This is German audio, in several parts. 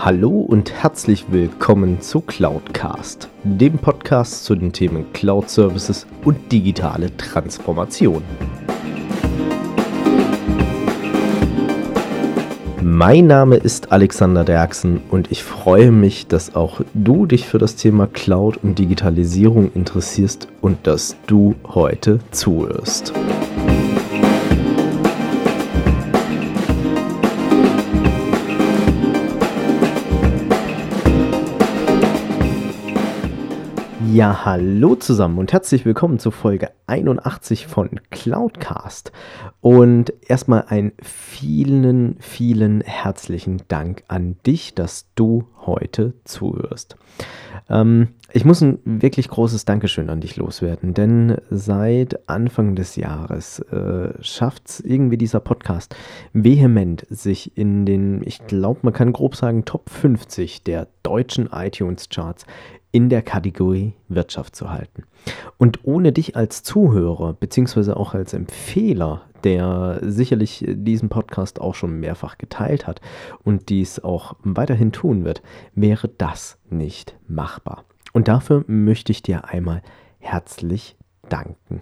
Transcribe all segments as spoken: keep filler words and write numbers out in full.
Hallo und herzlich willkommen zu Cloudcast, dem Podcast zu den Themen Cloud Services und digitale Transformation. Mein Name ist Alexander Derksen und ich freue mich, dass auch du dich für das Thema Cloud und Digitalisierung interessierst und dass du heute zuhörst. Ja, hallo zusammen und herzlich willkommen zur Folge einundachtzig von Cloudcast. Und erstmal einen vielen, vielen herzlichen Dank an dich, dass du heute zuhörst. Ähm, ich muss ein wirklich großes Dankeschön an dich loswerden, denn seit Anfang des Jahres äh, schafft es irgendwie dieser Podcast vehement, sich in den, ich glaube, man kann grob sagen, Top fünfzig der deutschen iTunes-Charts in der Kategorie Wirtschaft zu halten. Und ohne dich als Zuhörer beziehungsweise auch als Empfehler, der sicherlich diesen Podcast auch schon mehrfach geteilt hat und dies auch weiterhin tun wird, wäre das nicht machbar. Und dafür möchte ich dir einmal herzlich danken.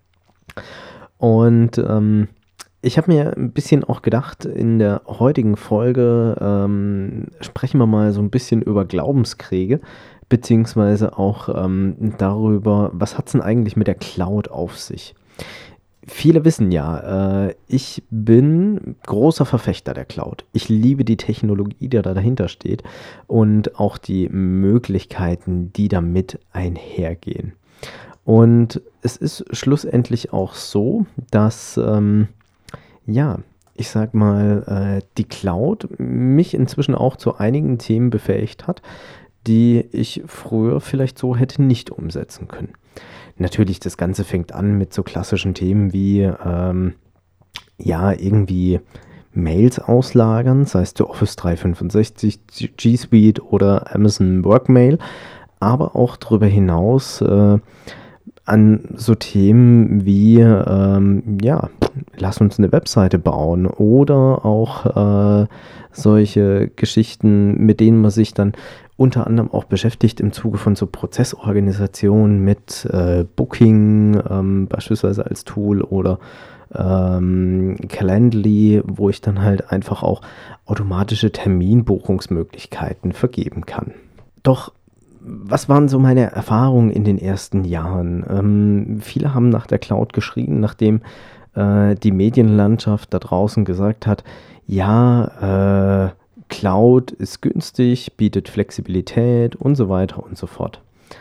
Und ähm, ich habe mir ein bisschen auch gedacht, in der heutigen Folge ähm, sprechen wir mal so ein bisschen über Glaubenskriege, beziehungsweise auch ähm, darüber, was hat es denn eigentlich mit der Cloud auf sich? Viele wissen ja, äh, ich bin großer Verfechter der Cloud. Ich liebe die Technologie, die da dahinter steht und auch die Möglichkeiten, die damit einhergehen. Und es ist schlussendlich auch so, dass, ähm, ja, ich sag mal, äh, die Cloud mich inzwischen auch zu einigen Themen befähigt hat, die ich früher vielleicht so hätte nicht umsetzen können. Natürlich, das Ganze fängt an mit so klassischen Themen wie, ähm, ja, irgendwie Mails auslagern, sei es der Office dreihundertfünfundsechzig, G Suite oder Amazon Workmail, aber auch darüber hinaus äh, an so Themen wie, ähm, ja, lass uns eine Webseite bauen oder auch äh, solche Geschichten, mit denen man sich dann unter anderem auch beschäftigt im Zuge von so Prozessorganisation mit äh, Booking ähm, beispielsweise als Tool oder ähm, Calendly, wo ich dann halt einfach auch automatische Terminbuchungsmöglichkeiten vergeben kann. Doch was waren so meine Erfahrungen in den ersten Jahren? Ähm, viele haben nach der Cloud geschrien, nachdem äh, die Medienlandschaft da draußen gesagt hat, ja, äh, Cloud ist günstig, bietet Flexibilität und so weiter und so fort.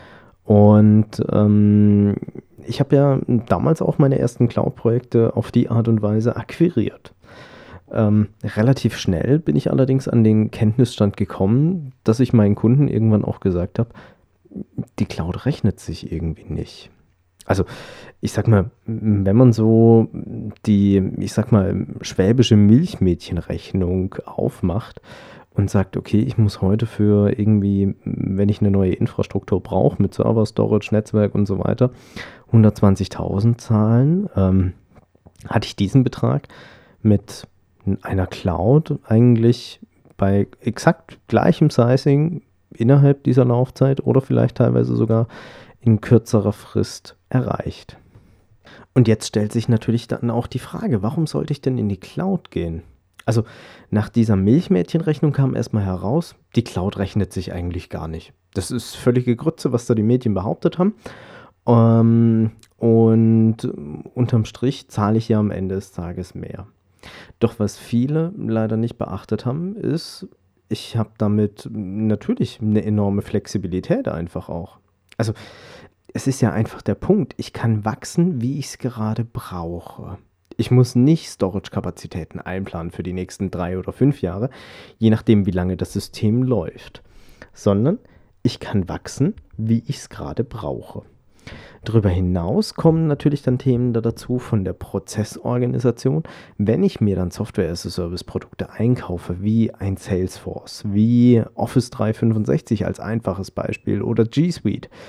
Und ähm, ich habe ja damals auch meine ersten Cloud-Projekte auf die Art und Weise akquiriert. Ähm, relativ schnell bin ich allerdings an den Kenntnisstand gekommen, dass ich meinen Kunden irgendwann auch gesagt habe, die Cloud rechnet sich irgendwie nicht. Also ich sag mal, wenn man so die, ich sag mal, schwäbische Milchmädchenrechnung aufmacht und sagt, okay, ich muss heute für irgendwie, wenn ich eine neue Infrastruktur brauche mit Server, Storage, Netzwerk und so weiter, hundertzwanzigtausend zahlen, ähm, hatte ich diesen Betrag mit einer Cloud eigentlich bei exakt gleichem Sizing innerhalb dieser Laufzeit oder vielleicht teilweise sogar in kürzerer Frist erreicht. Und jetzt stellt sich natürlich dann auch die Frage, warum sollte ich denn in die Cloud gehen? Also nach dieser Milchmädchenrechnung kam erstmal heraus, die Cloud rechnet sich eigentlich gar nicht. Das ist völlige Grütze, was da die Medien behauptet haben. Ähm, und unterm Strich zahle ich ja am Ende des Tages mehr. Doch was viele leider nicht beachtet haben, ist, ich habe damit natürlich eine enorme Flexibilität einfach auch. Also es ist ja einfach der Punkt, ich kann wachsen, wie ich es gerade brauche. Ich muss nicht Storage-Kapazitäten einplanen für die nächsten drei oder fünf Jahre, je nachdem, wie lange das System läuft, sondern ich kann wachsen, wie ich es gerade brauche. Darüber hinaus kommen natürlich dann Themen da dazu von der Prozessorganisation. Wenn ich mir dann Software-as-a-Service-Produkte einkaufe, wie ein Salesforce, wie Office dreihundertfünfundsechzig als einfaches Beispiel oder G Suite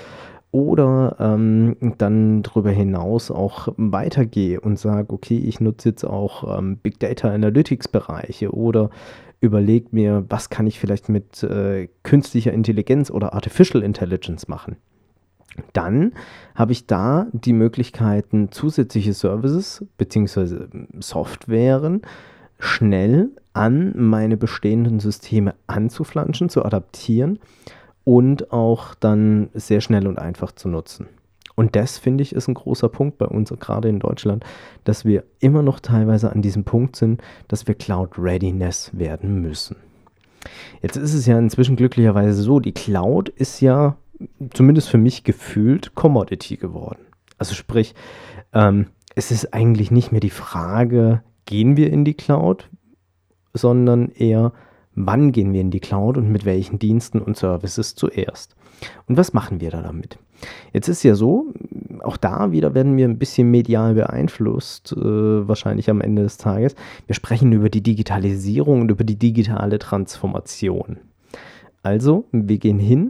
oder ähm, dann darüber hinaus auch weitergehe und sage, okay, ich nutze jetzt auch ähm, Big Data Analytics Bereiche oder überlege mir, was kann ich vielleicht mit äh, künstlicher Intelligenz oder Artificial Intelligence machen. Dann habe ich da die Möglichkeiten, zusätzliche Services bzw. Softwaren schnell an meine bestehenden Systeme anzuflanschen, zu adaptieren und auch dann sehr schnell und einfach zu nutzen. Und das, finde ich, ist ein großer Punkt bei uns, gerade in Deutschland, dass wir immer noch teilweise an diesem Punkt sind, dass wir Cloud-Readiness werden müssen. Jetzt ist es ja inzwischen glücklicherweise so, die Cloud ist ja zumindest für mich gefühlt Commodity geworden. Also sprich, ähm, es ist eigentlich nicht mehr die Frage, gehen wir in die Cloud, sondern eher, wann gehen wir in die Cloud und mit welchen Diensten und Services zuerst. Und was machen wir da damit? Jetzt ist ja so, auch da wieder werden wir ein bisschen medial beeinflusst, äh, wahrscheinlich am Ende des Tages. Wir sprechen über die Digitalisierung und über die digitale Transformation. Also, wir gehen hin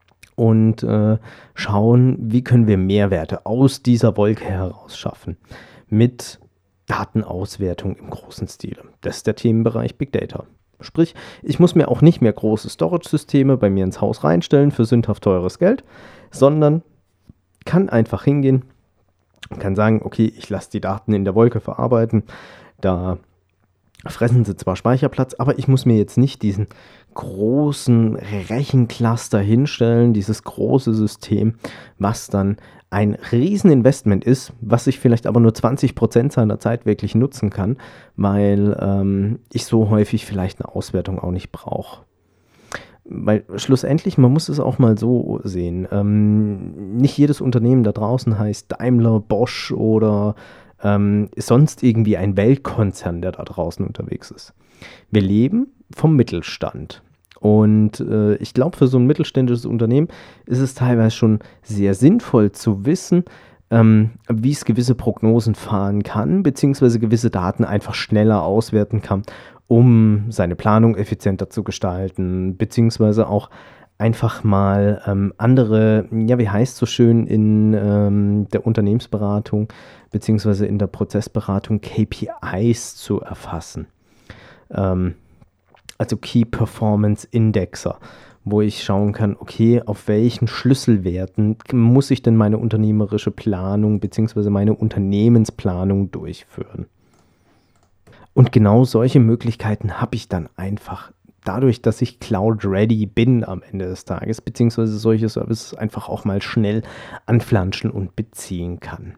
und äh, schauen, wie können wir Mehrwerte aus dieser Wolke heraus schaffen mit Datenauswertung im großen Stile. Das ist der Themenbereich Big Data. Sprich, ich muss mir auch nicht mehr große Storage-Systeme bei mir ins Haus reinstellen für sündhaft teures Geld, sondern kann einfach hingehen und kann sagen, okay, ich lasse die Daten in der Wolke verarbeiten. Da fressen sie zwar Speicherplatz, aber ich muss mir jetzt nicht diesen großen Rechencluster hinstellen, dieses große System, was dann ein Rieseninvestment ist, was ich vielleicht aber nur zwanzig Prozent seiner Zeit wirklich nutzen kann, weil ähm, ich so häufig vielleicht eine Auswertung auch nicht brauche. Weil schlussendlich, man muss es auch mal so sehen, ähm, nicht jedes Unternehmen da draußen heißt Daimler, Bosch oder ähm, sonst irgendwie ein Weltkonzern, der da draußen unterwegs ist. Wir leben vom Mittelstand. Und äh, ich glaube, für so ein mittelständisches Unternehmen ist es teilweise schon sehr sinnvoll zu wissen, ähm, wie es gewisse Prognosen fahren kann, beziehungsweise gewisse Daten einfach schneller auswerten kann, um seine Planung effizienter zu gestalten, beziehungsweise auch einfach mal ähm, andere, ja, wie heißt es so schön in ähm, der Unternehmensberatung, beziehungsweise in der Prozessberatung, K P Is zu erfassen. Ähm, also Key Performance Indexer, wo ich schauen kann, okay, auf welchen Schlüsselwerten muss ich denn meine unternehmerische Planung bzw. meine Unternehmensplanung durchführen. Und genau solche Möglichkeiten habe ich dann einfach dadurch, dass ich Cloud-ready bin am Ende des Tages, beziehungsweise solche Services einfach auch mal schnell anflanschen und beziehen kann.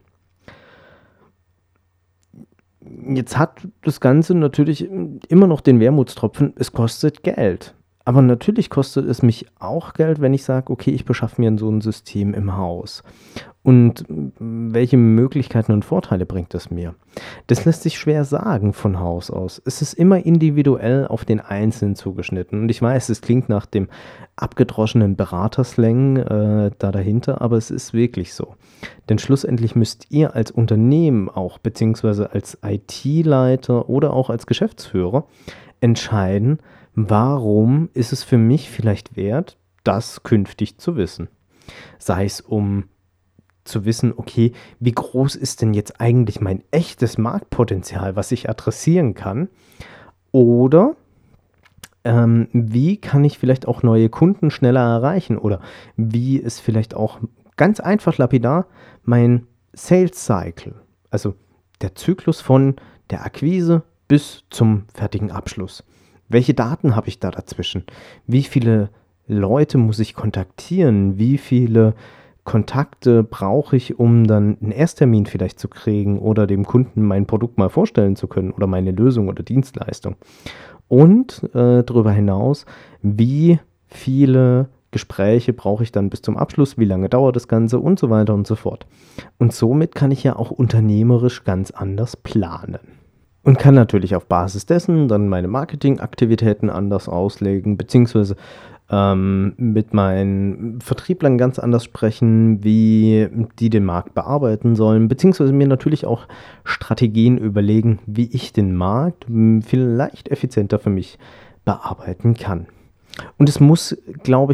Jetzt hat das Ganze natürlich immer noch den Wermutstropfen, es kostet Geld. Aber natürlich kostet es mich auch Geld, wenn ich sage, okay, ich beschaffe mir so ein System im Haus. Und welche Möglichkeiten und Vorteile bringt es mir? Das lässt sich schwer sagen von Haus aus. Es ist immer individuell auf den Einzelnen zugeschnitten. Und ich weiß, es klingt nach dem abgedroschenen Beraterslang äh, da dahinter, aber es ist wirklich so. Denn schlussendlich müsst ihr als Unternehmen auch, beziehungsweise als I T-Leiter oder auch als Geschäftsführer entscheiden, warum ist es für mich vielleicht wert, das künftig zu wissen. Sei es um zu wissen, okay, wie groß ist denn jetzt eigentlich mein echtes Marktpotenzial, was ich adressieren kann? Oder ähm, wie kann ich vielleicht auch neue Kunden schneller erreichen? Oder wie ist vielleicht auch ganz einfach lapidar mein Sales Cycle, also der Zyklus von der Akquise bis zum fertigen Abschluss. Welche Daten habe ich da dazwischen? Wie viele Leute muss ich kontaktieren? Wie viele Kontakte brauche ich, um dann einen Ersttermin vielleicht zu kriegen oder dem Kunden mein Produkt mal vorstellen zu können oder meine Lösung oder Dienstleistung? Und äh, darüber hinaus, wie viele Gespräche brauche ich dann bis zum Abschluss, wie lange dauert das Ganze und so weiter und so fort. Und somit kann ich ja auch unternehmerisch ganz anders planen. Und kann natürlich auf Basis dessen dann meine Marketingaktivitäten anders auslegen, beziehungsweise ähm, mit meinen Vertrieblern ganz anders sprechen, wie die den Markt bearbeiten sollen, beziehungsweise mir natürlich auch Strategien überlegen, wie ich den Markt vielleicht effizienter für mich bearbeiten kann. Und es muss, glaube ich,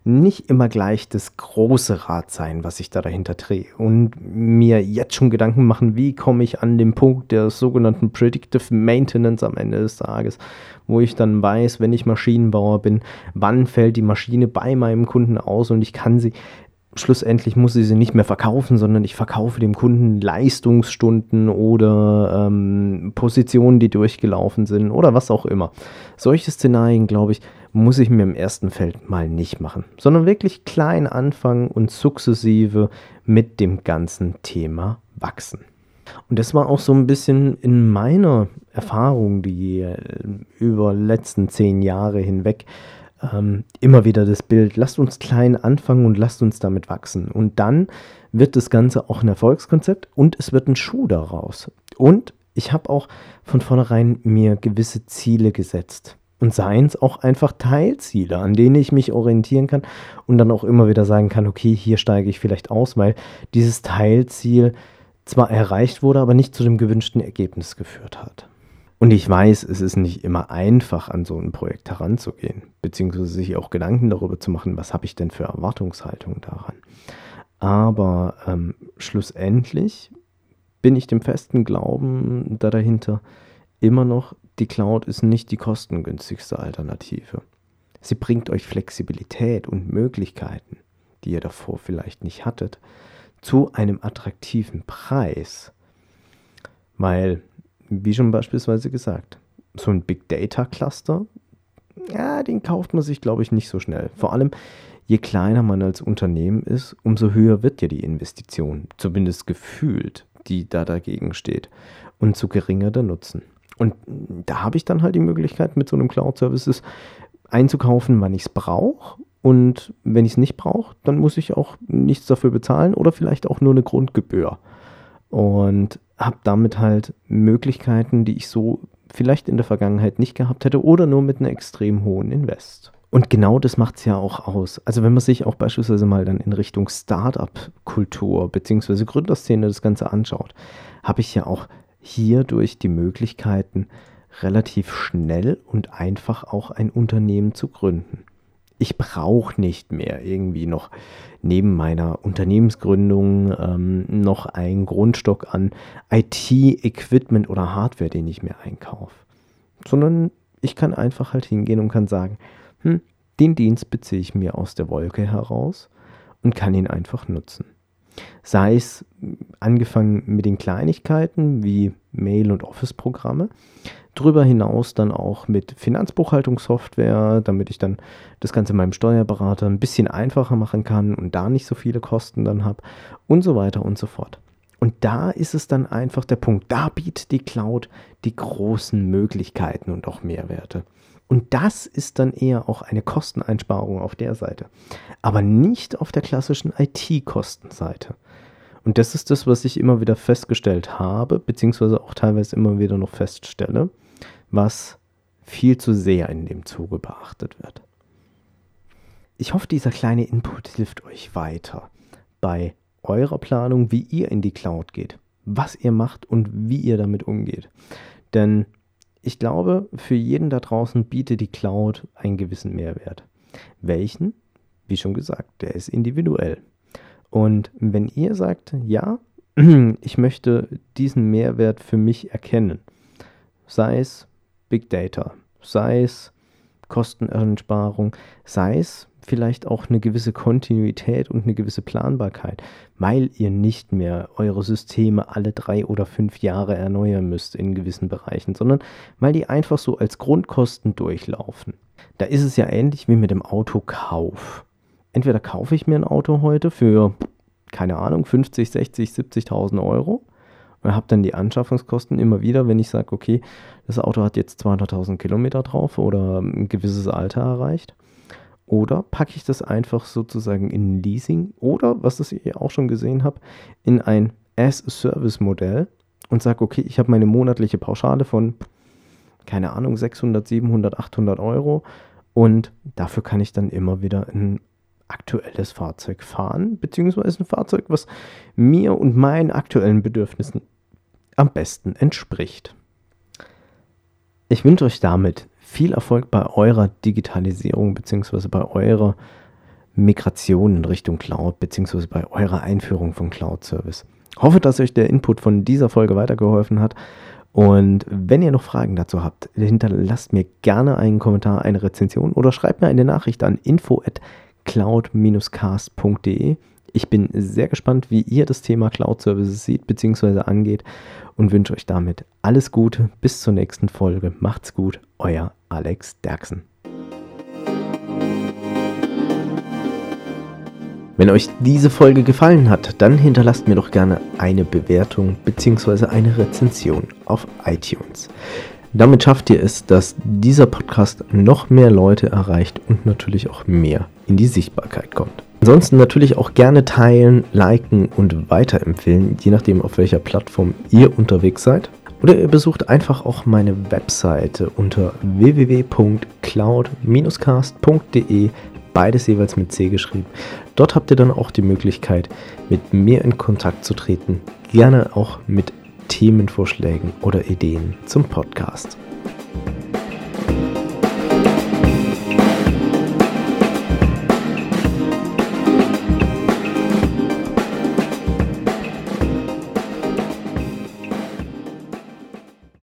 nicht immer gleich das große Rad sein, was ich da dahinter drehe und mir jetzt schon Gedanken machen, wie komme ich an den Punkt der sogenannten Predictive Maintenance am Ende des Tages, wo ich dann weiß, wenn ich Maschinenbauer bin, wann fällt die Maschine bei meinem Kunden aus und ich kann sie, schlussendlich muss ich sie nicht mehr verkaufen, sondern ich verkaufe dem Kunden Leistungsstunden oder ähm, Positionen, die durchgelaufen sind oder was auch immer. Solche Szenarien, glaube ich, muss ich mir im ersten Feld mal nicht machen, sondern wirklich klein anfangen und sukzessive mit dem ganzen Thema wachsen. Und das war auch so ein bisschen in meiner Erfahrung, die äh, über letzten zehn Jahre hinweg ähm, immer wieder das Bild, lasst uns klein anfangen und lasst uns damit wachsen. Und dann wird das Ganze auch ein Erfolgskonzept und es wird ein Schuh daraus. Und ich habe auch von vornherein mir gewisse Ziele gesetzt. Und seien es auch einfach Teilziele, an denen ich mich orientieren kann und dann auch immer wieder sagen kann, okay, hier steige ich vielleicht aus, weil dieses Teilziel zwar erreicht wurde, aber nicht zu dem gewünschten Ergebnis geführt hat. Und ich weiß, es ist nicht immer einfach, an so ein Projekt heranzugehen, beziehungsweise sich auch Gedanken darüber zu machen, was habe ich denn für Erwartungshaltung daran. Aber ähm, schlussendlich bin ich dem festen Glauben da dahinter immer noch, die Cloud ist nicht die kostengünstigste Alternative. Sie bringt euch Flexibilität und Möglichkeiten, die ihr davor vielleicht nicht hattet, zu einem attraktiven Preis. Weil, wie schon beispielsweise gesagt, so ein Big Data Cluster, ja, den kauft man sich, glaube ich, nicht so schnell. Vor allem, je kleiner man als Unternehmen ist, umso höher wird ja die Investition, zumindest gefühlt, die da dagegen steht, und zu geringer der Nutzen. Und da habe ich dann halt die Möglichkeit, mit so einem Cloud-Services einzukaufen, wann ich es brauche. Und wenn ich es nicht brauche, dann muss ich auch nichts dafür bezahlen oder vielleicht auch nur eine Grundgebühr. Und habe damit halt Möglichkeiten, die ich so vielleicht in der Vergangenheit nicht gehabt hätte oder nur mit einem extrem hohen Invest. Und genau das macht es ja auch aus. Also wenn man sich auch beispielsweise mal dann in Richtung Startup-Kultur bzw. Gründerszene das Ganze anschaut, habe ich ja auch hierdurch die Möglichkeiten, relativ schnell und einfach auch ein Unternehmen zu gründen. Ich brauche nicht mehr irgendwie noch neben meiner Unternehmensgründung ähm, noch einen Grundstock an I T-Equipment oder Hardware, den ich mir einkaufe. Sondern ich kann einfach halt hingehen und kann sagen, hm, den Dienst beziehe ich mir aus der Wolke heraus und kann ihn einfach nutzen. Sei es angefangen mit den Kleinigkeiten wie Mail- und Office-Programme, darüber hinaus dann auch mit Finanzbuchhaltungssoftware, damit ich dann das Ganze meinem Steuerberater ein bisschen einfacher machen kann und da nicht so viele Kosten dann habe und so weiter und so fort. Und da ist es dann einfach der Punkt, da bietet die Cloud die großen Möglichkeiten und auch Mehrwerte. Und das ist dann eher auch eine Kosteneinsparung auf der Seite, aber nicht auf der klassischen I T-Kostenseite. Und das ist das, was ich immer wieder festgestellt habe, beziehungsweise auch teilweise immer wieder noch feststelle, was viel zu sehr in dem Zuge beachtet wird. Ich hoffe, dieser kleine Input hilft euch weiter bei eurer Planung, wie ihr in die Cloud geht, was ihr macht und wie ihr damit umgeht. Denn ich glaube, für jeden da draußen bietet die Cloud einen gewissen Mehrwert. Welchen? Wie schon gesagt, der ist individuell. Und wenn ihr sagt, ja, ich möchte diesen Mehrwert für mich erkennen, sei es Big Data, sei es Kosteneinsparung, sei es vielleicht auch eine gewisse Kontinuität und eine gewisse Planbarkeit, weil ihr nicht mehr eure Systeme alle drei oder fünf Jahre erneuern müsst in gewissen Bereichen, sondern weil die einfach so als Grundkosten durchlaufen. Da ist es ja ähnlich wie mit dem Autokauf. Entweder kaufe ich mir ein Auto heute für, keine Ahnung, fünfzig, sechzig, siebzigtausend Euro und habe dann die Anschaffungskosten immer wieder, wenn ich sage, okay, das Auto hat jetzt zweihunderttausend Kilometer drauf oder ein gewisses Alter erreicht. Oder packe ich das einfach sozusagen in ein Leasing oder, was ich auch schon gesehen habe, in ein As-a-Service-Modell und sage, okay, ich habe meine monatliche Pauschale von, keine Ahnung, sechshundert, siebenhundert, achthundert Euro und dafür kann ich dann immer wieder ein aktuelles Fahrzeug fahren, beziehungsweise ein Fahrzeug, was mir und meinen aktuellen Bedürfnissen am besten entspricht. Ich wünsche euch damit viel Erfolg bei eurer Digitalisierung beziehungsweise bei eurer Migration in Richtung Cloud beziehungsweise bei eurer Einführung von Cloud-Service. Hoffe, dass euch der Input von dieser Folge weitergeholfen hat. Und wenn ihr noch Fragen dazu habt, hinterlasst mir gerne einen Kommentar, eine Rezension oder schreibt mir eine Nachricht an info at cloud dash cast punkt de. Ich bin sehr gespannt, wie ihr das Thema Cloud Services seht bzw. angeht und wünsche euch damit alles Gute. Bis zur nächsten Folge. Macht's gut, euer Alex Derksen. Wenn euch diese Folge gefallen hat, dann hinterlasst mir doch gerne eine Bewertung bzw. eine Rezension auf iTunes. Damit schafft ihr es, dass dieser Podcast noch mehr Leute erreicht und natürlich auch mehr in die Sichtbarkeit kommt. Ansonsten natürlich auch gerne teilen, liken und weiterempfehlen, je nachdem auf welcher Plattform ihr unterwegs seid. Oder ihr besucht einfach auch meine Webseite unter w w w punkt cloud dash cast punkt de, beides jeweils mit C geschrieben. Dort habt ihr dann auch die Möglichkeit, mit mir in Kontakt zu treten, gerne auch mit Themenvorschlägen oder Ideen zum Podcast.